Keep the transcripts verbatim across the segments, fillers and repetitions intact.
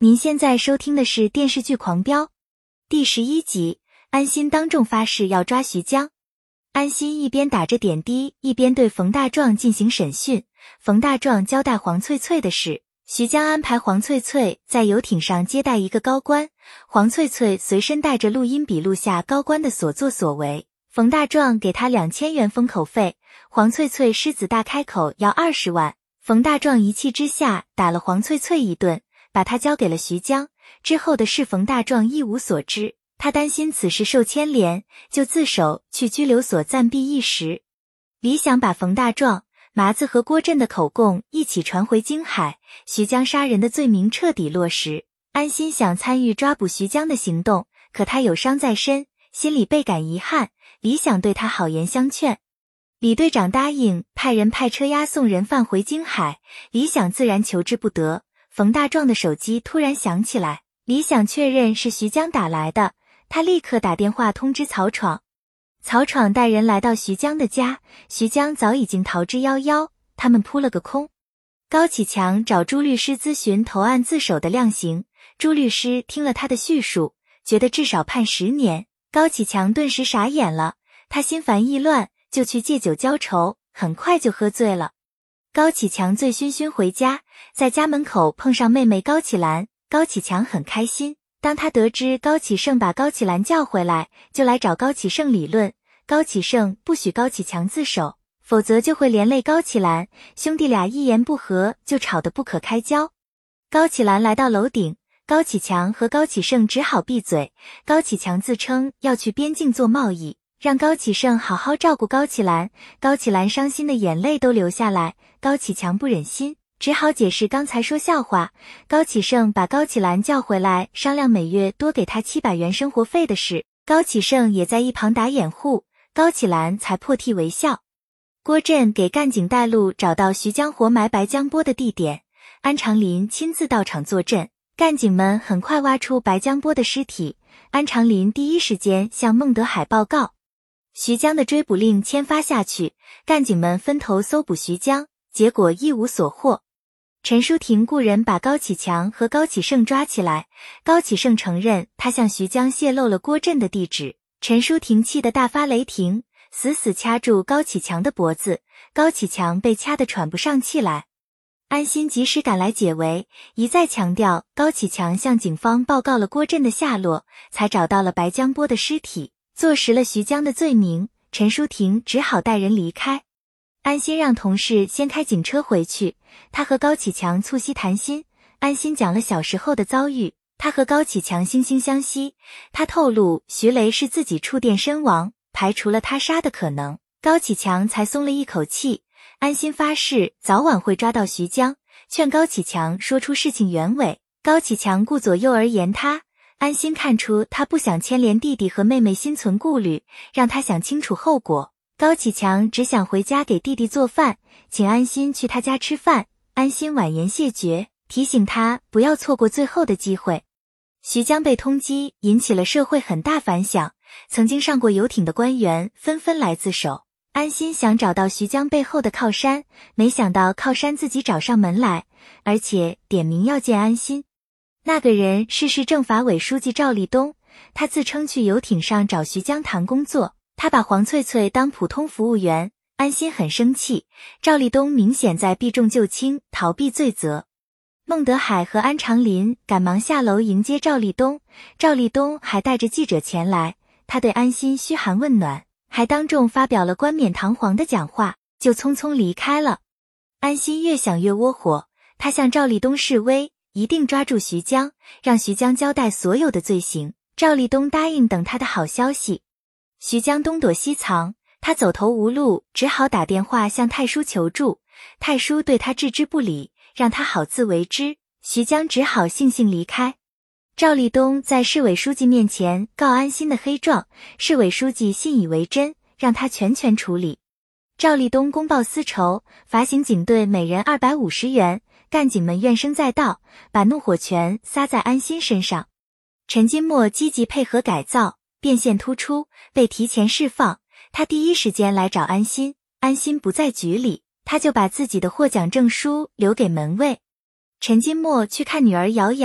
您现在收听的是电视剧《狂飙》第十一集，安心当众发誓要抓徐江。安心一边打着点滴，一边对冯大壮进行审讯。冯大壮交代黄翠翠的事，徐江安排黄翠翠在游艇上接待一个高官，黄翠翠随身带着录音笔录下高官的所作所为。冯大壮给他两千元封口费，黄翠翠狮子大开口要二十万。冯大壮一气之下打了黄翠翠一顿，把他交给了徐江。之后的事冯大壮一无所知，他担心此事受牵连，就自首去拘留所暂避一时。李想把冯大壮、麻子和郭震的口供一起传回京海，徐江杀人的罪名彻底落实。安心想参与抓捕徐江的行动，可他有伤在身，心里倍感遗憾。李想对他好言相劝，李队长答应派人派车押送人犯回京海，李想自然求之不得。冯大壮的手机突然响起来，李想确认是徐江打来的，他立刻打电话通知曹闯。曹闯带人来到徐江的家，徐江早已经逃之夭夭，他们扑了个空。高启强找朱律师咨询投案自首的量刑，朱律师听了他的叙述，觉得至少判十年。高启强顿时傻眼了，他心烦意乱，就去借酒浇愁，很快就喝醉了。高启强醉醺醺回家，在家门口碰上妹妹高启兰，高启强很开心。当他得知高启盛把高启兰叫回来，就来找高启盛理论。高启盛不许高启强自首，否则就会连累高启兰，兄弟俩一言不合就吵得不可开交。高启兰来到楼顶，高启强和高启盛只好闭嘴。高启强自称要去边境做贸易，让高启盛好好照顾高启兰。高启兰伤心的眼泪都流下来，高启强不忍心，只好解释刚才说笑话。高启盛把高启兰叫回来，商量每月多给他七百元生活费的事。高启盛也在一旁打掩护，高启兰才破涕为笑。郭震给干警带路，找到徐江活埋白江波的地点，安长林亲自到场坐镇。干警们很快挖出白江波的尸体，安长林第一时间向孟德海报告。徐江的追捕令签发下去，干警们分头搜捕徐江，结果一无所获。陈淑婷雇人把高启强和高启盛抓起来，高启盛承认他向徐江泄露了郭震的地址。陈淑婷气得大发雷霆，死死掐住高启强的脖子，高启强被掐得喘不上气来。安心及时赶来解围，一再强调高启强向警方报告了郭震的下落，才找到了白江波的尸体，坐实了徐江的罪名。陈淑婷只好带人离开。安心让同事先开警车回去，他和高启强促膝谈心。安心讲了小时候的遭遇，他和高启强惺惺相惜。他透露徐雷是自己触电身亡，排除了他杀的可能，高启强才松了一口气。安心发誓早晚会抓到徐江，劝高启强说出事情原委。高启强顾左右而言他，安心看出他不想牵连弟弟和妹妹，心存顾虑，让他想清楚后果。高启强只想回家给弟弟做饭，请安心去他家吃饭。安心婉言谢绝，提醒他不要错过最后的机会。徐江被通缉，引起了社会很大反响，曾经上过游艇的官员纷纷来自首。安心想找到徐江背后的靠山，没想到靠山自己找上门来，而且点名要见安心。那个人是市政法委书记赵立东，他自称去游艇上找徐江谈工作，他把黄翠翠当普通服务员。安心很生气，赵立东明显在避重就轻，逃避罪责。孟德海和安长林赶忙下楼迎接赵立东，赵立东还带着记者前来，他对安心嘘寒问暖，还当众发表了冠冕堂皇的讲话，就匆匆离开了。安心越想越窝火，他向赵立东示威，一定抓住徐江，让徐江交代所有的罪行。赵立东答应等他的好消息。徐江东躲西藏，他走投无路，只好打电话向太叔求助。太叔对他置之不理，让他好自为之。徐江只好悻悻离开。赵立东在市委书记面前告安心的黑状，市委书记信以为真，让他全权处理。赵立东公报私仇，罚刑警队每人二百五十元，干警们怨声载道，把怒火全撒在安心身上。陈金墨积极配合改造，变现突出，被提前释放。他第一时间来找安心，安心不在局里，他就把自己的获奖证书留给门卫。陈金墨去看女儿瑶瑶，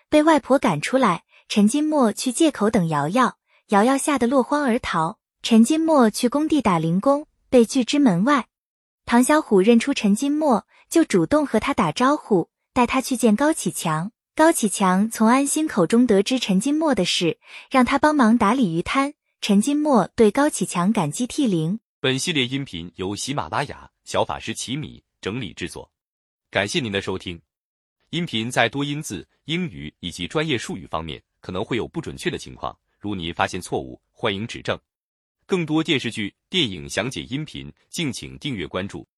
被外婆赶出来，陈金墨去借口等瑶瑶，瑶瑶吓得落荒而逃。陈金墨去工地打零工，被拒之门外。唐小虎认出陈金墨，就主动和他打招呼，带他去见高启强。高启强从安心口中得知陈金墨的事，让他帮忙打理鱼摊。陈金墨对高启强感激涕零。 本系列音频由喜马拉雅小法师奇米整理制作，感谢您的收听。音频在多音字、英语以及专业术语方面可能会有不准确的情况，如你发现错误，欢迎指正。更多电视剧、电影详解音频，敬请订阅关注。